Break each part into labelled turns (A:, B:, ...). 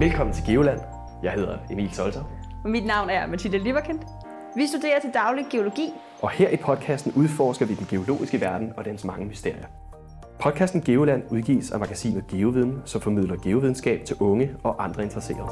A: Velkommen til Geoland. Jeg hedder Emil Solter.
B: Og mit navn er Mathilde Liverkind. Vi studerer til daglig geologi.
A: Og her i podcasten udforsker vi den geologiske verden og dens mange mysterier. Podcasten Geoland udgives af magasinet Geoviden, som formidler geovidenskab til unge og andre interesserede.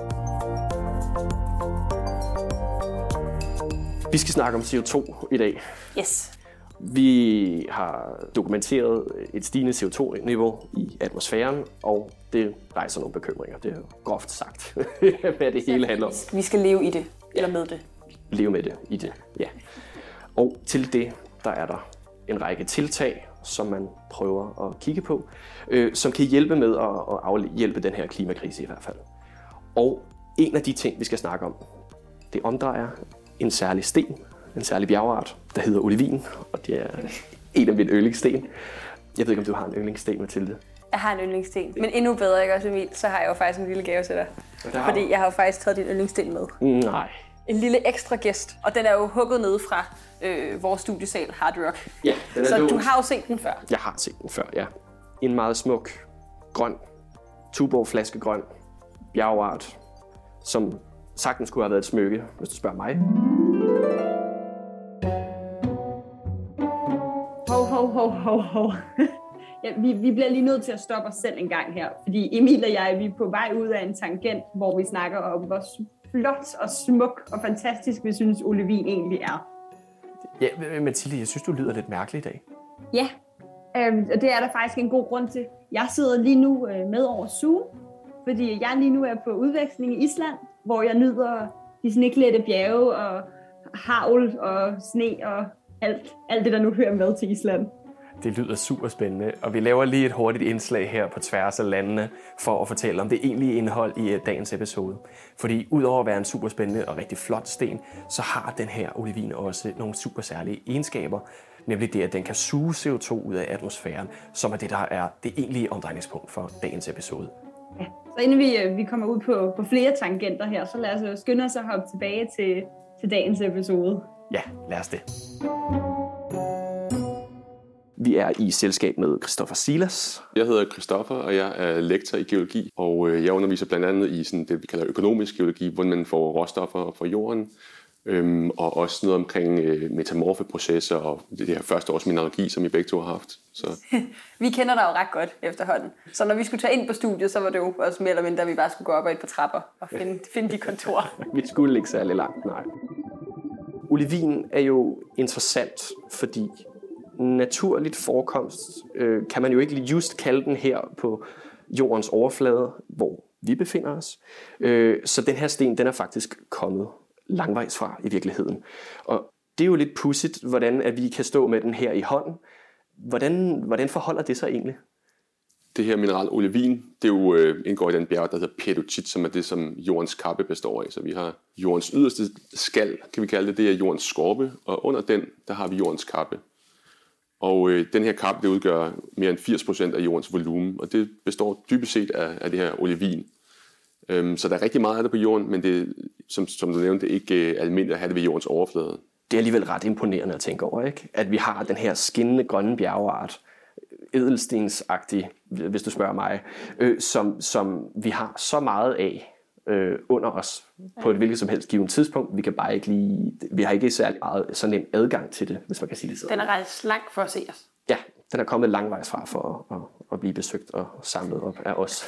A: Vi skal snakke om CO2 i dag.
B: Yes. Vi
A: har dokumenteret et stigende CO2-niveau i atmosfæren, og det rejser nogle bekymringer. Det er groft sagt, hvad det hele handler om.
B: Vi skal leve i det, eller med det.
A: Leve med det, i det, ja. Og til det, der er der en række tiltag, som man prøver at kigge på, som kan hjælpe med at afhjælpe den her klimakrise i hvert fald. Og en af de ting, vi skal snakke om, det omdrejer en særlig sten, en særlig bjergart, der hedder olivin, og det er en af mine yndlingssten. Jeg ved ikke, om du har en yndlingssten, Mathilde?
B: Jeg har en yndlingssten, men endnu bedre, ikke også, Emil? Så har jeg jo faktisk en lille gave til dig. Fordi jeg har jo faktisk taget din yndlingssten med.
A: Nej.
B: En lille ekstra gæst, og den er jo hugget ned fra vores studiesal, Hard Rock.
A: Ja, den er
B: så du har jo set den før.
A: Jeg har set den før, ja. En meget smuk, grøn, Tuborg flaskegrøn bjergart, som sagtens kunne have været et smykke, hvis du spørger mig.
C: Hov. Ja, vi bliver lige nødt til at stoppe os selv en gang her, fordi Emil og jeg, vi er på vej ud af en tangent, hvor vi snakker om, hvor flot og smuk og fantastisk vi synes olivin egentlig er.
A: Ja, Mathilde, jeg synes, du lyder lidt mærkelig i dag.
C: Ja, og det er der faktisk en god grund til. Jeg sidder lige nu med over Zoom, fordi jeg lige nu er på udveksling i Island, hvor jeg nyder de sneklædte bjerge og hagl og sne og alt det, der nu hører med til Island.
A: Det lyder super spændende, og vi laver lige et hurtigt indslag her på tværs af landene for at fortælle om det egentlige indhold i dagens episode. Fordi udover at være en super spændende og rigtig flot sten, så har den her olivin også nogle super særlige egenskaber, nemlig det, at den kan suge CO2 ud af atmosfæren, som er det, der er det egentlige omdrejningspunkt for dagens episode.
C: Ja, så inden vi kommer ud på flere tangenter her, så lad os skynde os at hoppe tilbage til dagens episode.
A: Ja, lad os det. Vi er i selskab med Christoffer Silas.
D: Jeg hedder Christoffer, og jeg er lektor i geologi, og jeg underviser blandt andet i sådan det, vi kalder økonomisk geologi, hvor man får råstoffer fra jorden, og også noget omkring metamorfe processer og det her første års mineralogi, som I begge to har haft. Så.
B: Vi kender dig jo ret godt efterhånden. Så når vi skulle tage ind på studiet, så var det jo også mere eller mindre, at vi bare skulle gå op ad et par trapper og finde de kontorer.
A: Vi skulle ikke særlig langt, nej. Olivin er jo interessant, fordi naturligt forekomst kan man jo ikke just kalde den her på jordens overflade, hvor vi befinder os. Så den her sten, den er faktisk kommet langvejs fra i virkeligheden. Og det er jo lidt pudsigt, hvordan at vi kan stå med den her i hånden. Hvordan forholder det sig egentlig?
D: Det her mineral olivin, det er jo indgår i den bjerg, der hedder pedotit, som er det, som jordens kappe består af. Så vi har jordens yderste skal, kan vi kalde det, det er jordens skorpe, og under den, der har vi jordens kappe. Og den her kappe, det udgør mere end 80% af jordens volumen, og det består dybest set af det her olivin. Så der er rigtig meget af det på jorden, men det, som du nævnte, det er ikke almindeligt at have det ved jordens overflade.
A: Det er alligevel ret imponerende at tænke over, ikke? At vi har den her skinnende grønne bjergart, edelstensagtig, hvis du spørger mig, som vi har så meget af under os på et hvilket som helst givet tidspunkt. Vi har ikke særlig meget så nem adgang til det, hvis man kan sige det sådan.
B: Den er rejst langt for at se os.
A: Ja, den er kommet langvejs fra for at blive besøgt og samlet op af os.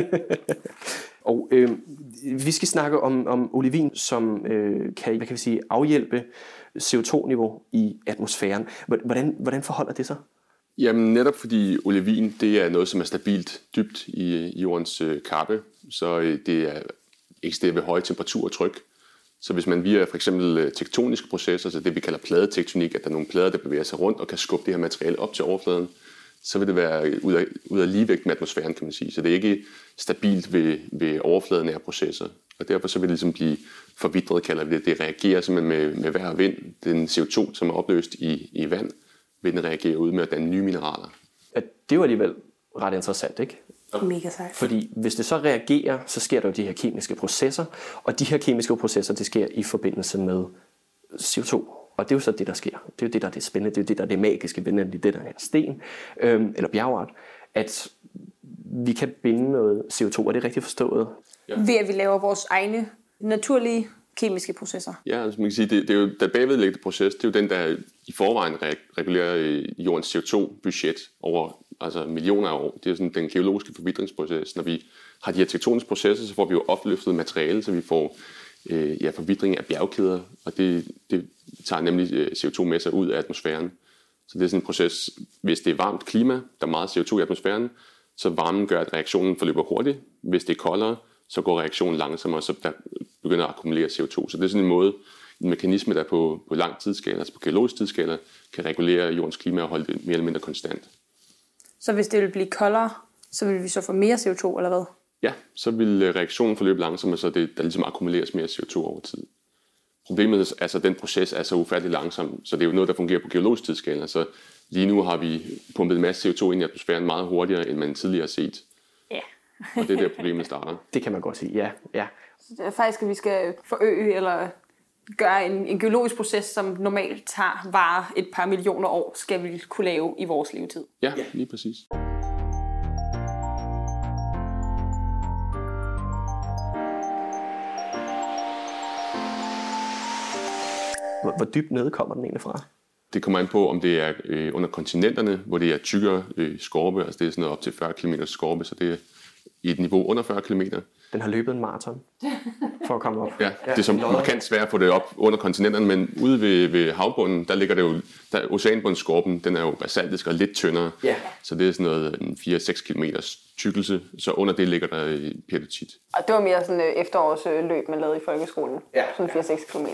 A: Og vi skal snakke om olivin, som kan, hvad kan vi sige, afhjælpe CO2-niveau i atmosfæren. Hvordan forholder det sig?
D: Jamen netop fordi olivin, det er noget, som er stabilt dybt i jordens kappe, så det eksisterer ved høje temperatur og tryk. Så hvis man via for eksempel tektoniske processer, så det vi kalder pladetektonik, at der er nogle plader, der bevæger sig rundt og kan skubbe det her materiale op til overfladen, så vil det være ud af ligevægt med atmosfæren, kan man sige. Så det er ikke stabilt ved overfladen af processer. Og derfor så vil det ligesom blive forvitret, kalder vi det. Det reagerer simpelthen med vejr og vind. Den CO2, som er opløst i vand, vil den reagere ud med at danne nye mineraler.
A: Det er jo alligevel ret interessant, ikke?
B: Mega sejt.
A: Fordi hvis det så reagerer, så sker der jo de her kemiske processer, og de her kemiske processer, det sker i forbindelse med CO2. Og det er jo så det, der sker. Det er jo det, der er det spændende. Det er jo det, der er det magiske ved nemlig det, der er sten, eller bjergart, at vi kan binde noget CO2, og det er rigtigt forstået.
B: ved at vi laver vores egne naturlige kemiske processer.
D: Ja, altså man kan sige, det er jo den bagvedliggende proces, det er jo den, der i forvejen regulerer jordens CO2-budget over altså millioner af år. Det er sådan den geologiske forvidringsproces. Når vi har de her tektoniske processer, så får vi jo opløftet materiale, så vi får forvidring af bjergkæder, og det tager nemlig CO2 med sig ud af atmosfæren. Så det er sådan en proces, hvis det er varmt klima, der er meget CO2 i atmosfæren, så varmen gør, at reaktionen forløber hurtigt. Hvis det er koldere, så går reaktionen langsommere, så der begynder at akkumulere CO2. Så det er sådan en mekanisme, der på lang tidsskala, altså på geologisk tidsskala, kan regulere jordens klima og holde det mere eller mindre konstant.
B: Så hvis det vil blive koldere, så vil vi så få mere CO2, eller hvad?
D: Ja, så vil reaktionen forløbe langsommere, så der ligesom akkumuleres mere CO2 over tid. Problemet er, altså den proces er så ufattelig langsom, så det er jo noget, der fungerer på geologisk tidsskala. Så lige nu har vi pumpet en masse CO2 ind i atmosfæren meget hurtigere, end man tidligere har set.
B: Ja.
D: Og det er der problemet starter.
A: Det kan man godt sige, ja.
B: Så det er faktisk, at vi skal forøge eller gøre en geologisk proces, som normalt varer et par millioner år, skal vi kunne lave i vores levetid.
D: Ja, lige præcis.
A: Hvor dybt nede kommer den egentlig fra?
D: Det kommer an på, om det er under kontinenterne, hvor det er tykkere skorpe, altså det er sådan noget op til 40 km skorpe, så det er i et niveau under 40 km.
A: Den har løbet en maraton for at komme op.
D: Ja, det er så markant svært at få det op under kontinenterne, men ude ved havbunden, der ligger det jo, oceanbundsskorpen, den er jo basaltisk og lidt tyndere, så det er sådan noget 4-6 km tykkelse, så under det ligger der perlutit.
B: Og det var mere sådan efterårsløb, man lavede i folkeskolen, sådan 4-6 km.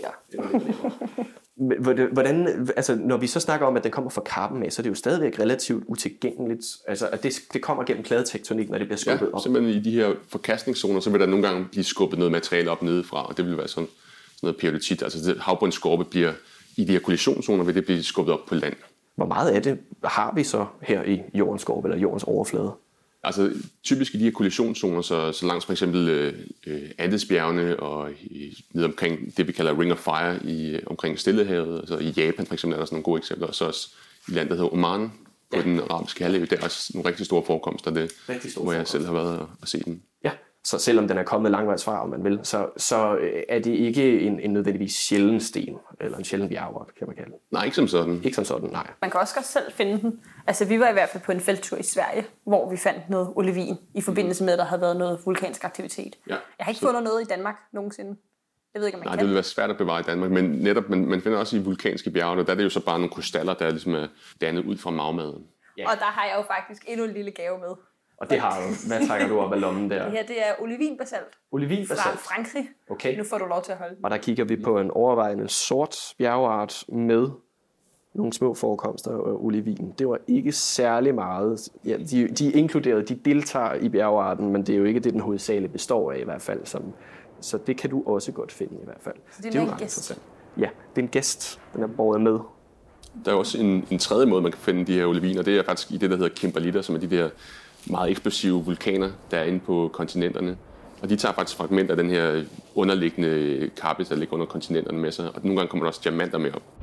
A: Hvordan, altså når vi så snakker om, at den kommer fra Karben af, så er det jo stadigvæk relativt utilgængeligt. Altså at det kommer gennem pladetektonik, når det bliver skubbet op.
D: Simpelthen i de her forkastningszoner, så vil der nogle gange blive skubbet noget materiale op nedefra, og det vil være sådan noget perlutit. Altså havbundsskorpe bliver i de her kollisionszoner, vil det blive skubbet op på land. Hvor
A: meget af det har vi så her i jordens skorpe eller jordens overflade?
D: Altså typisk i de her kollisionszoner, så langs for eksempel Andesbjergene og ned omkring det, vi kalder Ring of Fire omkring Stillehavet. Altså i Japan for eksempel er der sådan nogle gode eksempler. Og så også i landet, der hedder Oman på den arabiske halvø. Der er også nogle rigtig store forekomster, hvor jeg selv har været og set dem. Ja.
A: Så selvom den er kommet langvejs fra, om man vil, så er det ikke en nødvendigvis sjælden sten, eller en sjælden bjergart, kan man kalde det.
D: Nej, ikke som sådan.
A: Ikke som sådan, nej.
B: Man kan også godt selv finde den. Altså, vi var i hvert fald på en felttur i Sverige, hvor vi fandt noget olivin, i forbindelse med, at der havde været noget vulkansk aktivitet. Ja. Jeg har ikke fundet noget i Danmark nogensinde. Jeg ved ikke, om man kan.
D: Det vil være svært at bevare i Danmark, men netop, man finder også i vulkanske bjerge, der er det jo så bare nogle krystaller, der ligesom er dannet ud fra magmaden.
B: Ja. Og der har jeg jo faktisk endnu en lille gave med.
A: Og det har du. Hvad trækker du op af lommen der?
B: Det her, det er olivinbasalt.
A: Olivinbasalt?
B: Fra Frankrig.
A: Okay.
B: Nu får du lov til at holde den.
A: Og der kigger vi på en overvejende sort bjergart med nogle små forekomster af olivin. Det var ikke særlig meget. Ja, de er inkluderet, de deltager i bjergarten, men det er jo ikke det, den hovedsageligt består af i hvert fald. Så det kan du også godt finde i hvert fald.
B: Så det er en gæst?
A: Ja, det er en gæst. Den er båret med.
D: Der er også en tredje måde, man kan finde de her oliviner. Det er faktisk i det, der hedder kimberlitter, som er de der meget eksplosive vulkaner, der er inde på kontinenterne. Og de tager faktisk fragmenter af den her underliggende kappe, der ligger under kontinenterne med sig. Og nogle gange kommer der også diamanter med op.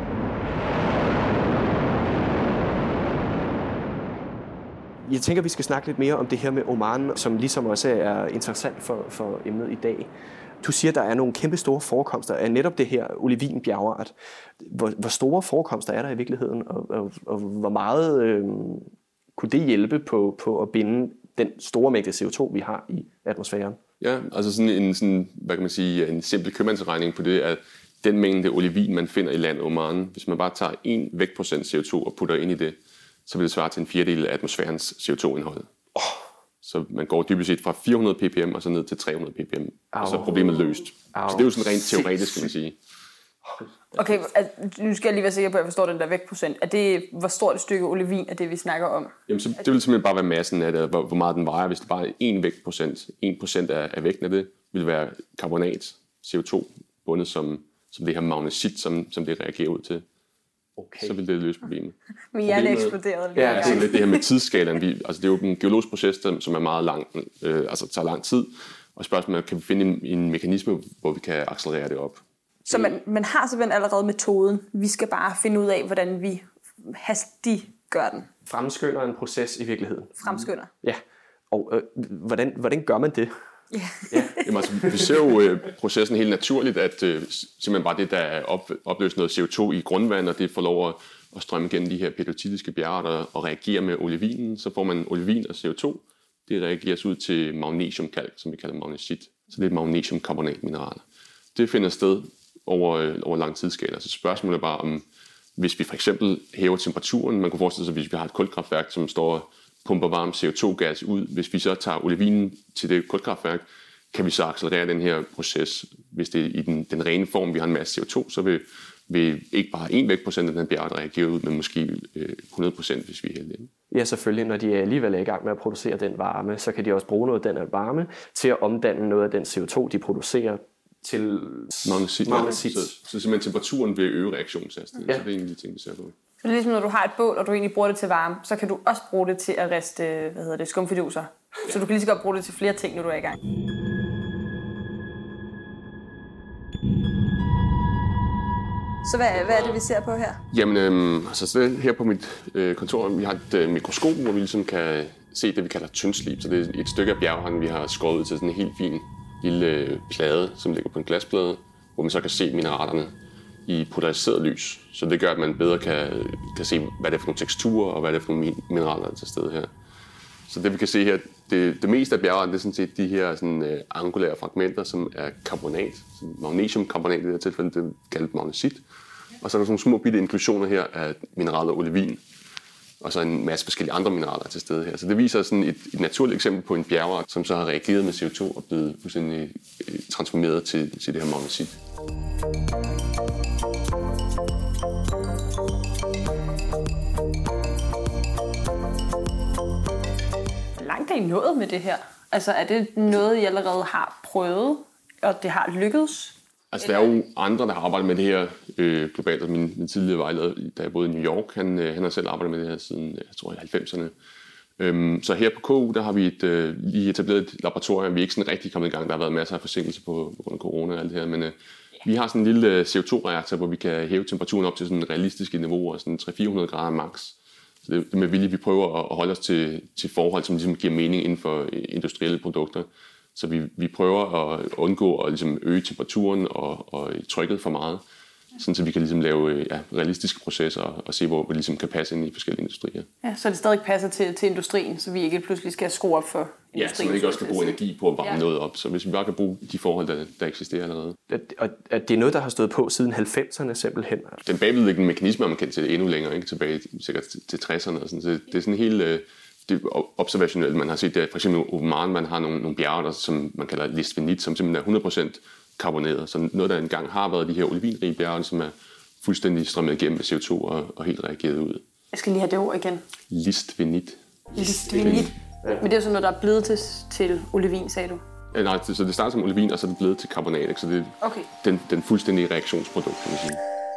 A: Jeg tænker, vi skal snakke lidt mere om det her med Oman, som ligesom også er interessant for emnet i dag. Du siger, der er nogle kæmpe store forekomster af netop det her olivinbjergart. Hvor store forekomster er der i virkeligheden, og hvor meget kunne det hjælpe på at binde den store mængde CO2, vi har i atmosfæren?
D: Ja, altså sådan hvad kan man sige, en simpel købmandsregning på det, at den mængde olivin, man finder i landet Oman, hvis man bare tager 1 vægtprocent CO2 og putter ind i det, så vil det svare til en fjerdedel af atmosfærens CO2-indhold. Så man går dybest set fra 400 ppm og så ned til 300 ppm, og så er problemet løst. Så det er jo sådan rent teoretisk, kan man sige.
B: Okay, nu skal jeg lige være sikker på, at jeg forstår den der vægtprocent. Er det, hvor stort et stykke olivin er det, vi snakker om?
D: Jamen, så det vil simpelthen bare være massen af det, hvor meget den vejer. Hvis det bare er 1 vægtprocent, 1% af vægten af det, vil være karbonat, CO2, bundet som det her magnesit, som det reagerer ud til. Okay. Så vil det løse problemet.
B: Men hjerne eksploderede lige.
D: Ja, det er lidt det her med tidsskalaen. Altså, det er jo en geologisk proces, som er meget lang, altså tager lang tid. Og spørgsmålet er, kan vi finde en mekanisme, hvor vi kan accelerere det op?
B: Så man har simpelthen allerede metoden. Vi skal bare finde ud af, hvordan vi hastigt gør den.
A: Fremskynder en proces i virkeligheden.
B: Fremskynder.
A: Ja. Og hvordan gør man det?
B: Yeah.
D: Jamen, altså, vi ser jo processen helt naturligt, at simpelthen bare det, der er opløst noget CO2 i grundvand, og det får lov at strømme gennem de her pedotitiske bjergarter og reagere med olivinen, så får man olivin og CO2. Det reageres ud til magnesiumkalk, som vi kalder magnesit. Så det er magnesiumkarbonatmineraler. Det finder sted over lang tidsskala. Så spørgsmålet er bare om, hvis vi for eksempel hæver temperaturen, man kunne forestille sig, hvis vi har et kulkraftværk, som står og pumper varm CO2-gas ud, hvis vi så tager olivinen til det kulkraftværk, kan vi så accelerere den her proces. Hvis det er i den rene form, vi har en masse CO2, så vil ikke bare 1 vægtprocent af den bjerg reagere ud, men måske 100%, hvis vi er heldige.
A: Ja, selvfølgelig. Når de alligevel er i gang med at producere den varme, så kan de også bruge noget af den varme til at omdanne noget af den CO2, de producerer, til magnesit.
D: Så simpelthen temperaturen vil øge reaktionshastigheden. Så det er en af de ting, vi ser på.
B: Så det er ligesom, når du har et bål, og du egentlig bruger det til varme, så kan du også bruge det til at riste, skumfiduser. Så du kan lige så godt bruge det til flere ting, når du er i gang. Så hvad er det, vi ser på her?
D: Jamen, så her på mit kontor, vi har et mikroskop, hvor vi ligesom kan se det, vi kalder tyndslib. Så det er et stykke af bjerghangen, vi har skåret ud til sådan en helt fin lille plade, som ligger på en glasplade, hvor man så kan se mineralerne i polariseret lys. Så det gør, at man bedre kan se, hvad det er for nogle teksturer, og hvad det er for nogle mineraler, der er til stede her. Så det vi kan se her, det meste af bjergene, det er sådan set de her sådan, angulære fragmenter, som er karbonat. Magnesiumkarbonat i det her tilfælde, det er kaldt magnesit. Og så er der sådan nogle små bitte inklusioner her af mineralet olivin. Og så en masse forskellige andre mineraler til stede her. Så det viser sådan et naturligt eksempel på en bjergart, som så har reageret med CO2 og blevet fuldstændig transformeret til det her magnesit.
B: Hvor langt er I nået med det her? Altså er det noget, I allerede har prøvet, og det har lykkedes?
D: Altså der er jo andre, der har arbejdet med det her globalt. Min tidligere vejleder, da jeg boede i New York, han har selv arbejdet med det her siden, jeg tror, i 90'erne. Så her på KU, der har vi lige etableret et laboratorium. Vi er ikke sådan rigtig kommet i gang. Der har været masser af forsinkelser på grund af corona og alt det her. Men vi har sådan en lille CO2-reaktor, hvor vi kan hæve temperaturen op til sådan realistiske niveauer, sådan 300-400 grader max. Så det er med vilje, vi prøver at holde os til forhold, som ligesom giver mening inden for industrielle produkter. Så vi prøver at undgå at ligesom øge temperaturen og trykket for meget, sådan så vi kan ligesom lave realistiske processer og se, hvor vi ligesom kan passe ind i forskellige industrier.
B: Ja, så det stadig passer til industrien, så vi ikke pludselig skal skrue op for industrien.
D: Ja, så man ikke også kan bruge energi på at varme noget op. Så hvis vi bare kan bruge de forhold, der eksisterer allerede.
A: Og det er noget, der har stået på siden 90'erne simpelthen.
D: Den bagvedliggende mekanisme, man kan til endnu længere, ikke? Tilbage sikkert til 60'erne. Og sådan. Så det er sådan helt... Det er observationelt. Man har set det, for eksempel i Oman, man har nogle bjerge, som man kalder listenit, som simpelthen er 100% karboneret. Så noget, der engang har været de her olivinrige bjerge, som er fuldstændig strømmet igennem med CO2 og helt reageret ud.
B: Jeg skal lige have det ord igen.
D: Listenit.
B: Listenit. Men det er jo sådan noget, der er blevet til olivin, sagde du?
D: Ja, nej, så det starter som olivin, og så er det blevet til karbonat. Ikke? Så det er den fuldstændige reaktionsprodukt, kan man sige.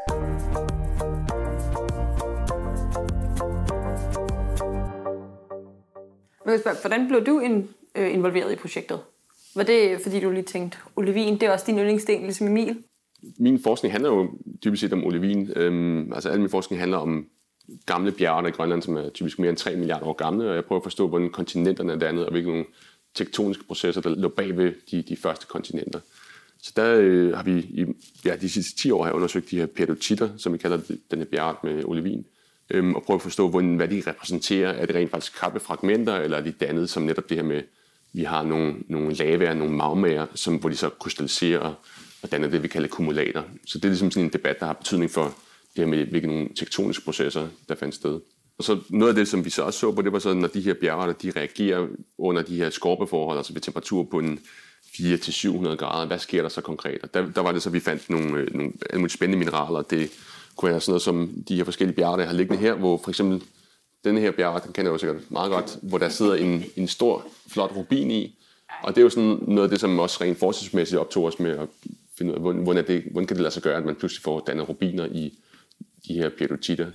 B: Hvordan blev du involveret i projektet? Var det, fordi du lige tænkte, olivin, det er også din yndlingssten, ligesom Emil?
D: Min forskning handler jo typisk set om olivin. Altså al min forskning handler om gamle bjerge i Grønland, som er typisk mere end 3 milliarder år gamle, og jeg prøver at forstå, hvordan kontinenterne er dannet, og hvilke nogle tektoniske processer, der lå bag ved de første kontinenter. Så der har vi de sidste 10 år har undersøgt de her pedotitter, som vi kalder denne bjerge med olivin, og prøve at forstå, hvad de repræsenterer. Er det rent faktisk krabbefragmenter, eller er de dannet som netop det her med, vi har nogle lavaer, nogle magmaer, hvor de så krystalliserer og danner det, vi kalder kumulater. Så det er ligesom sådan en debat, der har betydning for det her med, hvilke nogle tektoniske processer, der fandt sted. Og så noget af det, som vi så også så på, det var så, når de her bjerge, de reagerer under de her skorpeforhold, altså ved temperatur på en 400-700 grader. Hvad sker der så konkret? Og der var det så, vi fandt nogle spændende mineraler. Det kunne være sådan noget som de her forskellige bjerge, der har liggende her, hvor for eksempel denne her bjerge, den kender jeg jo sikkert meget godt, hvor der sidder en stor, flot rubin i. Og det er jo sådan noget af det, som også rent forskningsmæssigt optog os med at finde ud af, hvordan kan det lade sig gøre, at man pludselig får dannet rubiner i de her pedotitter.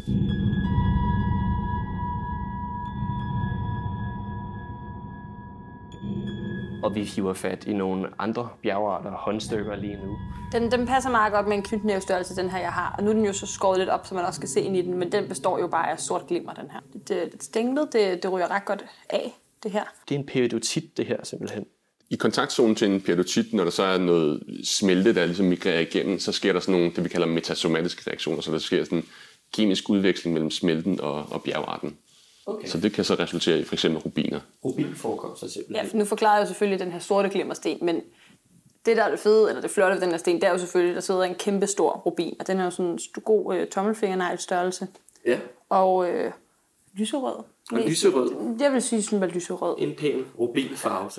A: Og vi hiver fat i nogle andre bjergarter og håndstykker lige nu.
B: Den passer meget godt med en knytnævestørrelse, den her jeg har. Og nu er den jo så skåret lidt op, så man også skal se ind i den. Men den består jo bare af sort glimmer, den her. Det stænglet, det ryger ret godt af, det her.
A: Det er en peridotit, det her simpelthen.
D: I kontaktzonen til en periodit, når der så er noget smelte, der ligesom migrerer igennem, så sker der sådan nogle, det vi kalder metasomatiske reaktioner, så der sker sådan en kemisk udveksling mellem smelten og bjergarten. Okay. Så det kan så resultere i for eksempel rubiner.
A: Rubinforekomster simpelthen.
B: Ja, nu forklarer jeg jo selvfølgelig den her sorte glimmersten, men det der er det fede, eller det flotte ved den her sten, det er jo selvfølgelig, der sidder en kæmpe stor rubin, og den er jo sådan en god tommelfingerneglstørrelse.
A: Ja.
B: Og lyserød.
A: Og lyserød.
B: Jeg vil sige, den var lyserød.
A: En pæn rubinfarve.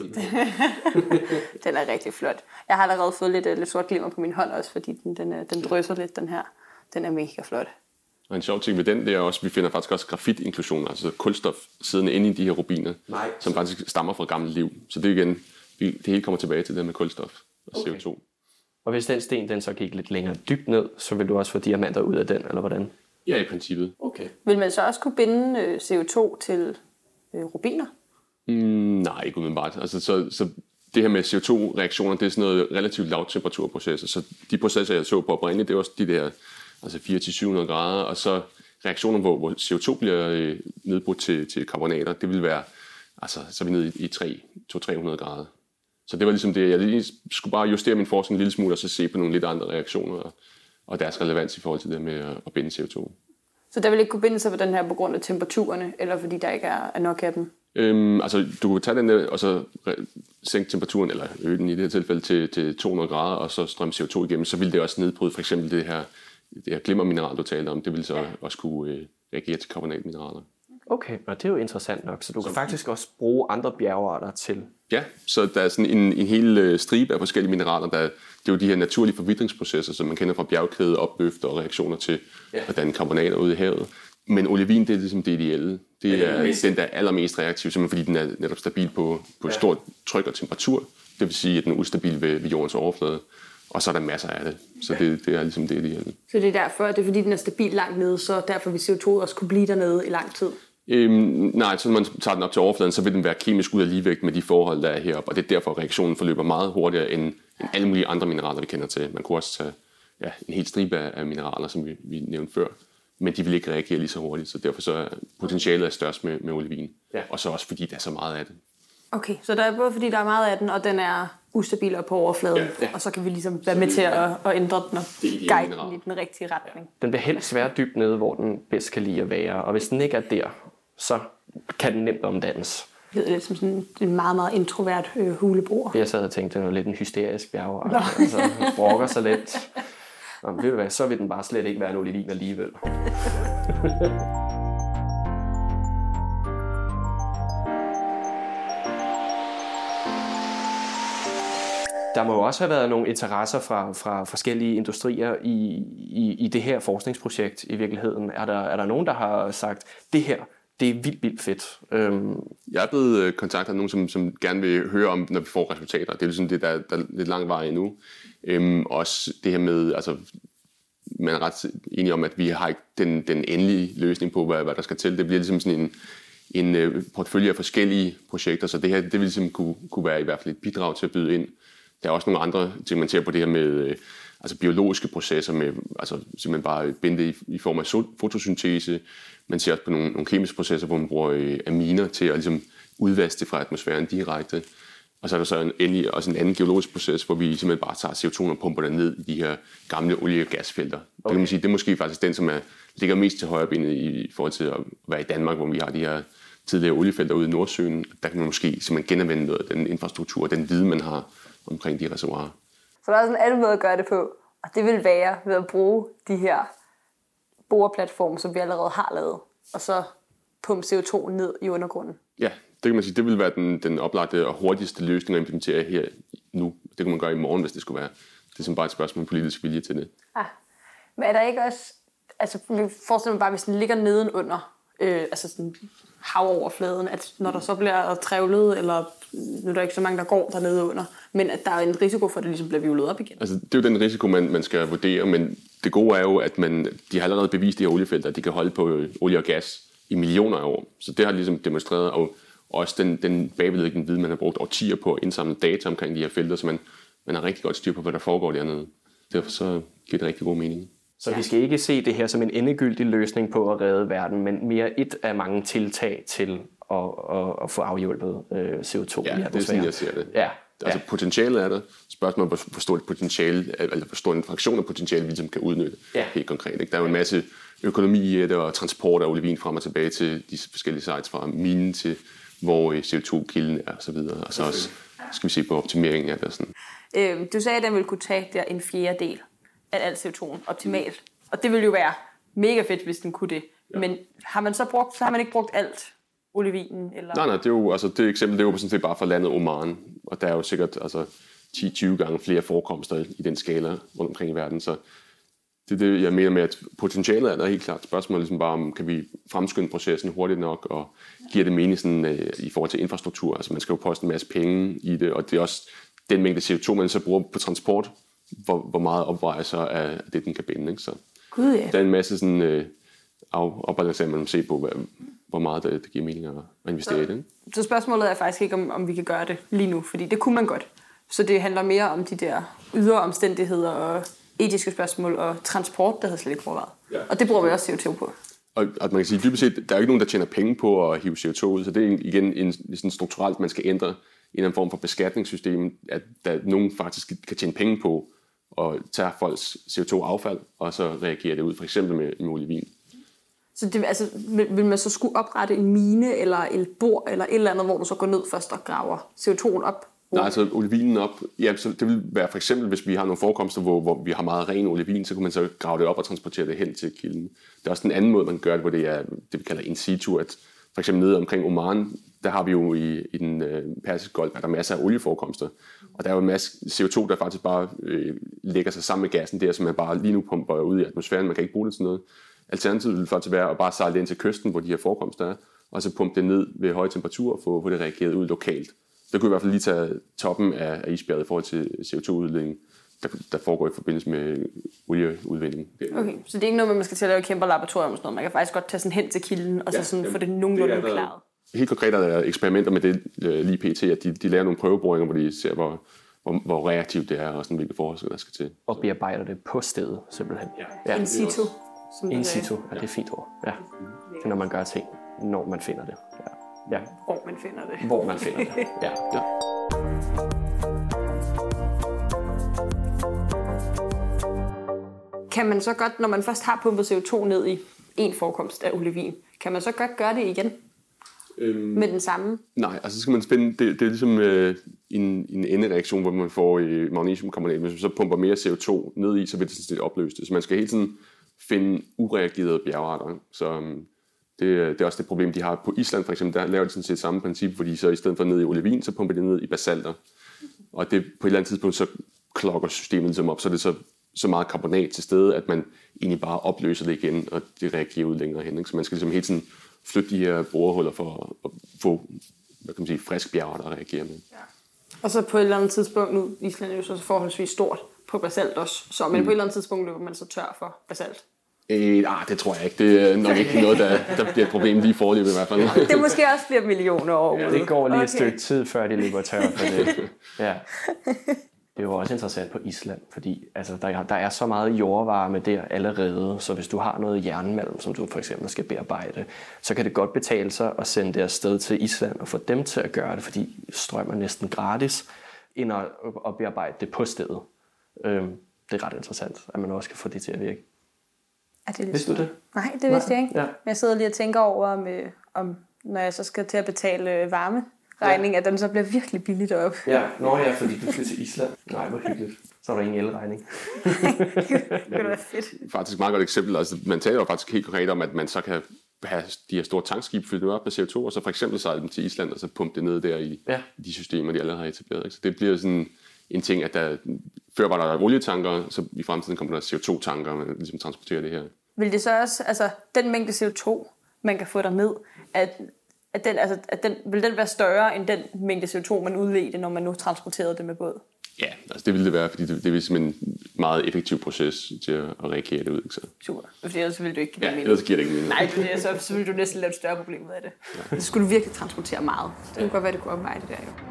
B: Den er rigtig flot. Jeg har allerede fået lidt sort glimmer på min hånd også, fordi den drøser lidt, den her. Den er mega flot.
D: Og en sjov ting ved den, det er også, vi finder faktisk også grafitinklusioner, altså kulstof siddende inde i de her rubiner, som faktisk stammer fra gammelt liv. Så det er igen, det hele kommer tilbage til det med kulstof og CO2.
A: Og hvis den sten den så gik lidt længere dybt ned, så vil du også få diamanter ud af den, eller hvordan?
D: Ja, i princippet.
A: Okay.
B: Vil man så også kunne binde CO2 til rubiner?
D: Nej, ikke umiddelbart. Altså, så det her med CO2-reaktioner, det er sådan noget relativt lavtemperaturprocesser. Så de processer, jeg så på oprindeligt, det er også de der altså 400-700 grader, og så reaktioner, hvor CO2 bliver nedbrudt til karbonater, det vil være, altså så er vi nede i 200-300 grader. Så det var ligesom det, jeg lige skulle bare justere min forskning en lille smule, og så se på nogle lidt andre reaktioner, og deres relevans i forhold til det med at binde CO2.
B: Så der vil ikke kunne binde sig på den her på grund af temperaturerne, eller fordi der ikke er nok af dem?
D: Altså, du kunne tage den der, og så sænke temperaturen, eller øge den i det her tilfælde til 200 grader, og så strømme CO2 igennem, så ville det også nedbryde for eksempel det her glimmermineral, du talte om, det ville så også kunne reagere til karbonatmineraler.
A: Okay, og det er jo interessant nok, så du kan faktisk også bruge andre bjergarter til.
D: Ja, så der er sådan en hel stribe af forskellige mineraler, det er jo de her naturlige forvidringsprocesser, som man kender fra bjergkæde, opløft og reaktioner til at danne karbonater ude i havet. Men olivin, det er ligesom det ideelle. Det er den, der er allermest reaktiv, simpelthen fordi den er netop stabil på et stort tryk og temperatur. Det vil sige, at den er ustabil ved jordens overflade. Og så er der masser af det. Så det er ligesom det ideelle.
B: Så det er derfor, det er fordi, den er stabil langt nede, så derfor vil CO2 også kunne blive dernede i lang tid?
D: Nej, så når man tager den op til overfladen, så vil den være kemisk ud af ligevægt med de forhold, der er heroppe. Og det er derfor, at reaktionen forløber meget hurtigere end alle mulige andre mineraler, vi kender til. Man kunne også tage en hel stribe af mineraler, som vi nævnte før. Men de vil ikke reagere lige så hurtigt, så derfor så er potentialet er størst med olivin. Ja. Og så også fordi der er så meget af det.
B: Okay, så der er både fordi der er meget af den, og den er ustabil på overfladen, og så kan vi ligesom være med til at ændre den og guide den i den rigtige retning.
A: Den vil helst være dybt nede, hvor den bedst kan lide at være, og hvis den ikke er der, så kan den nemt omdannes.
B: Det er lidt som sådan en meget, meget introvert huleboer.
A: Jeg sad og tænkte, det var lidt en hysterisk bjergart. Altså, den brokker sig lidt. Nå, ved du hvad, så vil den bare slet ikke være en olivin alligevel. Der må jo også have været nogle interesser fra forskellige industrier i det her forskningsprojekt i virkeligheden. Er der nogen, der har sagt, det her, det er vildt fedt?
D: Jeg er blevet kontaktet af nogen, som gerne vil høre om, når vi får resultater. Det er ligesom det, der er lidt lang vej endnu. Også det her med, altså, man er ret enig om, at vi har ikke den endelige løsning på, hvad der skal til. Det bliver ligesom sådan en portefølje af forskellige projekter, så det her, det vil ligesom kunne være i hvert fald et bidrag til at byde ind. Der er også nogle andre ting, man ser på det her med altså biologiske processer, med altså simpelthen bare binde i form af fotosyntese. Man ser også på nogle kemiske processer, hvor man bruger aminer til at ligesom udvaske det fra atmosfæren direkte. Og så er der så endelig også en anden geologisk proces, hvor vi simpelthen bare tager CO2 og pumper det ned i de her gamle olie- og gasfelter. Okay. Det kan man sige, det er måske faktisk den, som ligger mest til højre benet i forhold til at være i Danmark, hvor vi har de her tidligere oliefelter ude i Nordsøen. Der kan man måske simpelthen genanvende noget af den infrastruktur og den viden, man har omkring de reservoirer.
B: Så der er sådan en anden måde at gøre det på, og det vil være ved at bruge de her boreplatforme, som vi allerede har lavet, og så pumpe CO2 ned i undergrunden.
D: Ja, det kan man sige, det vil være den oplagte og hurtigste løsning at implementere her nu. Det kan man gøre i morgen, hvis det skulle være. Det er som bare et spørgsmål om politisk vilje til det.
B: Men er der ikke også, altså vi forestiller mig bare, hvis den ligger nedenunder, altså sådan havoverfladen, at når der så bliver trævlet, eller nu er der ikke så mange, der går dernede under, men at der er en risiko for, at det ligesom bliver vivlet op igen. Altså
D: det er jo den risiko, man skal vurdere, men det gode er jo, at de har allerede bevist de her oliefelter, at de kan holde på olie og gas i millioner af år. Så det har ligesom demonstreret, og også den bagvedliggende viden, man har brugt årtier på at indsamle data omkring de her felter, så man har rigtig godt styr på, hvad der foregår dernede. Derfor så giver det rigtig god mening.
A: Så vi skal ikke se det her som en endegyldig løsning på at redde verden, men mere et af mange tiltag til at få afhjulpet CO2 i atmosfæren.
D: Ja, det er sådan, jeg ser det.
A: Ja,
D: Altså potentialet er der. Spørgsmålet er, hvor stort et potentiale, eller hvor stor en fraktion af potentiale, vi ligesom kan udnytte helt konkret. Ikke? Der er jo en masse økonomi i det, og transport af olivin frem og tilbage til de forskellige sites, fra minen til hvor CO2-kilden er, og så videre. Og så også skal vi se på optimeringen af det. Sådan.
B: Du sagde, at den ville kunne tage der en fjerdedel af al CO2'en optimalt. Og det ville jo være mega fedt, hvis den kunne det. Ja. Men har man ikke brugt alt olivinen? Eller?
D: Nej, det er jo, altså det eksempel, det er jo sådan set bare fra landet Oman. Og der er jo sikkert 10-20 gange flere forekomster i den skala rundt omkring i verden. Så det er det, jeg mener med, at potentialet er der helt klart. Spørgsmålet ligesom bare, om kan vi fremskynde processen hurtigt nok, og giver det mening sådan, i forhold til infrastruktur. Altså man skal jo poste en masse penge i det, og det er også den mængde CO2, man så bruger på transport, hvor meget opvejer så af det, den kan binde. Ikke? Så
B: Gud, ja.
D: der er en masse sådan, afbalancering, man må se på, hvor meget det giver mening at investere i det.
B: Så spørgsmålet er faktisk ikke, om vi kan gøre det lige nu, fordi det kunne man godt. Så det handler mere om de der ydre omstændigheder og etiske spørgsmål og transport, der havde slet ikke overvejet. Ja. Og det bruger vi også CO2 på. Og
D: man kan sige, dybest set, der er ikke nogen, der tjener penge på at hive CO2 ud, så det er igen sådan strukturelt, man skal ændre en eller anden form for beskatningssystem, at der nogen faktisk kan tjene penge på at tage folks CO2-affald, og så reagere det ud, for eksempel med olivin.
B: Så det, altså, vil man så skulle oprette en mine, eller et bor, eller et eller andet, hvor du så går ned først og graver CO2'en op?
D: Nej, altså olivinen op, ja, så det vil være for eksempel, hvis vi har nogle forekomster, hvor vi har meget ren olivin, så kan man så grave det op og transportere det hen til kilden. Der er også en anden måde, man gør det, hvor det er det, vi kalder in situ, at for eksempel nede omkring Oman, der har vi jo i den persiske golf, der er masser af olieforekomster, og der er jo en masse CO2, der faktisk bare lægger sig sammen med gassen der, som man bare lige nu pumper ud i atmosfæren, man kan ikke bruge det til noget. Alternativet vil faktisk være at bare sejle ind til kysten, hvor de her forekomster er, og så pumpe det ned ved høje temperaturer og få det reageret ud lokalt. Så kunne i hvert fald lige tage toppen af isbjerget i forhold til CO2-udledning, der foregår i forbindelse med olieudvinding.
B: Okay, så det er ikke noget, man skal til at lave et kæmpe laboratorium og sådan noget. Man kan faktisk godt tage sådan hen til kilden, og så sådan få det nogenlunde klaret.
D: Helt konkret er der eksperimenter med det lige pt, at de laver nogle prøveboringer, hvor de ser, hvor reaktivt det er, og sådan, hvilke forhold der skal til.
A: Og bearbejder det på stedet, simpelthen.
B: Ja. In situ.
A: In situ, ja, det er fint ord. Ja. Det er, når man gør ting, når man finder det. Ja.
B: Hvor man finder det.
A: Hvor man finder det, ja.
B: Kan man så godt, når man først har pumpet CO2 ned i en forekomst af olivin, kan man så godt gøre det igen? Med den samme?
D: Nej, altså så skal man spænde, det er ligesom en endereaktion, hvor man får magnesiumkarbonat. Hvis man så pumper mere CO2 ned i, så vil det sådan set opløse det. Så man skal hele tiden finde ureagerede bjergarter. Så det er også det problem, de har på Island for eksempel. Der laver de sådan set samme princip, hvor de så i stedet for ned i olivin, så pumper de ned i basalter. Og det på et eller andet tidspunkt, så klokker systemet ligesom op, så det er så meget karbonat til stede, at man egentlig bare opløser det igen, og det reagerer ud længere hen. Ikke? Så man skal ligesom hele tiden flytte de her borehuller for at få, frisk bjergart at reagere med. Ja.
B: Og så på et eller andet tidspunkt, nu Island er jo så forholdsvis stort på basalt også, så men på et eller andet tidspunkt løber man så tør for basalt.
D: Det tror jeg ikke. Det er nok ikke noget, der bliver et problem lige foreløbet i hvert fald.
B: Det måske også bliver millioner år.
A: Ja, det går lige et stykke tid, før de løber tør for det. Ja. Det er jo også interessant på Island, fordi altså, der er så meget jordvarme der allerede, så hvis du har noget jernmalm, som du for eksempel skal bearbejde, så kan det godt betale sig at sende det afsted til Island og få dem til at gøre det, fordi strøm er næsten gratis, end at bearbejde det på stedet. Det er ret interessant, at man også kan få det til at virke. Vidste du det?
B: Nej, det vidste jeg ikke. Ja. Jeg sidder lige og tænker over, om når jeg så skal til at betale varmeregning, at den så bliver virkelig billig deroppe.
A: Ja, fordi du skal til Island. Nej, hvor hyggeligt. Så er der ingen elregning.
B: Det kunne være fedt.
D: Faktisk meget godt eksempel. Altså, man taler jo faktisk helt konkret om, at man så kan have de her store tankskib fyldt op med CO2, og så for eksempel sejle dem til Island, og så pumpe det ned der i de systemer, de allerede har etableret. Ikke? Så det bliver sådan en ting, at før var der olietanker, så i fremtiden kommer der CO2-tanker, man ligesom transporterer det her.
B: Vil det så også, altså den mængde CO2, man kan få derned, vil den være større end den mængde CO2, man udledte, når man nu transporterede det med båd?
D: Ja, altså det ville det være, fordi det er simpelthen en meget effektiv proces til at reagere det ud. Ikke så?
B: Super, for ellers ville du ikke give det mening.
D: Ellers giver det ikke mening.
B: Nej, så ville du næsten lave et større problem ud af det. Ja. Så skulle du virkelig transportere meget. Det kunne godt være, det kunne opveje det der jo.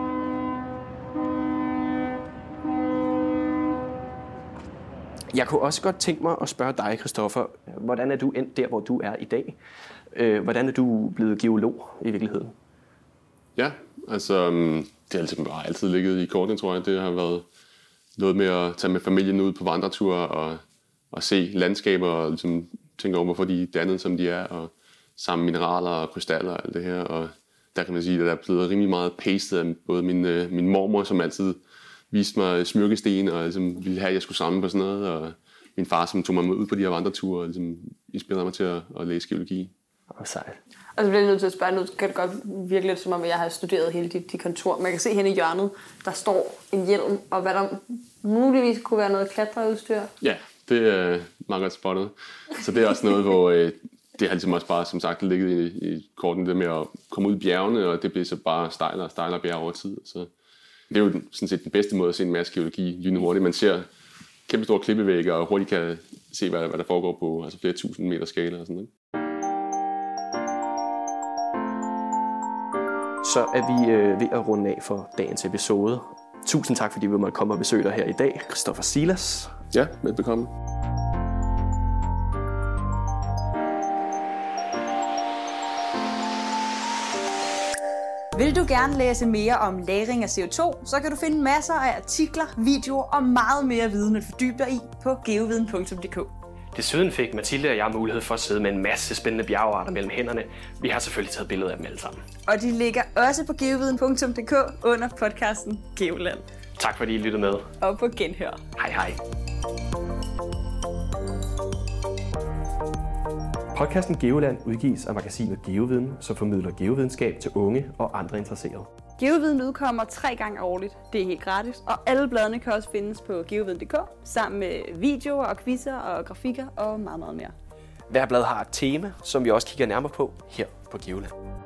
A: Jeg kunne også godt tænke mig at spørge dig, Christoffer, hvordan er du endt der, hvor du er i dag? Hvordan er du blevet geolog i virkeligheden?
D: Ja, Altså, det har altid bare ligget i kortene, tror jeg. Det har været noget med at tage med familien ud på vandreture og se landskaber og ligesom tænke over, hvorfor de er dannet, som de er, og samle mineraler og krystaller og alt det her. Og der kan man sige, at der er blevet rimelig meget pastet af både min mormor, som altid viste mig smykkesten og ligesom ville have, at jeg skulle samle på sådan noget, og min far, som tog mig ud på de her vandreture og ligesom inspirerede mig til at læse geologi.
A: Sejt.
B: Og så bliver jeg nødt til at spørge, nu kan det godt virke lidt som om, jeg har studeret hele de kontor. Man kan se hen i hjørnet, der står en hjelm, og hvad der muligvis kunne være noget klatreudstyr.
D: Ja, det er meget godt spottet. Så det er også noget, hvor det har ligesom også bare, som sagt, ligget i korten, det med at komme ud i bjergene, og det bliver så bare stejlere og stejlere bjerge over tid. Så det er jo sådan set den bedste måde at se en masse geologi lynhurtigt. Man ser kæmpe store klippevægge, og hurtigt kan se, hvad der foregår på altså flere tusind meter skala og sådan noget.
A: Så er vi ved at runde af for dagens episode. Tusind tak, fordi vi måtte komme og besøge dig her i dag, Christoffer Silas.
D: Ja, velbekomme.
E: Vil du gerne læse mere om lagring af CO2, så kan du finde masser af artikler, videoer og meget mere viden at fordybe dig i på geoviden.dk.
A: Desuden fik Mathilde og jeg mulighed for at sidde med en masse spændende bjergarter mellem hænderne. Vi har selvfølgelig taget billeder af dem alle sammen.
E: Og de ligger også på geoviden.dk under podcasten Geoland.
A: Tak fordi I lyttede med.
E: Og på genhør.
A: Hej hej. Podcasten Geoland udgives af magasinet Geoviden, som formidler geovidenskab til unge og andre interesserede.
E: Geoviden udkommer 3 gange årligt. Det er helt gratis, og alle bladene kan også findes på geoviden.dk, sammen med videoer og quizzer og grafikker og meget, meget mere.
A: Hver blad har et tema, som vi også kigger nærmere på her på Geoland.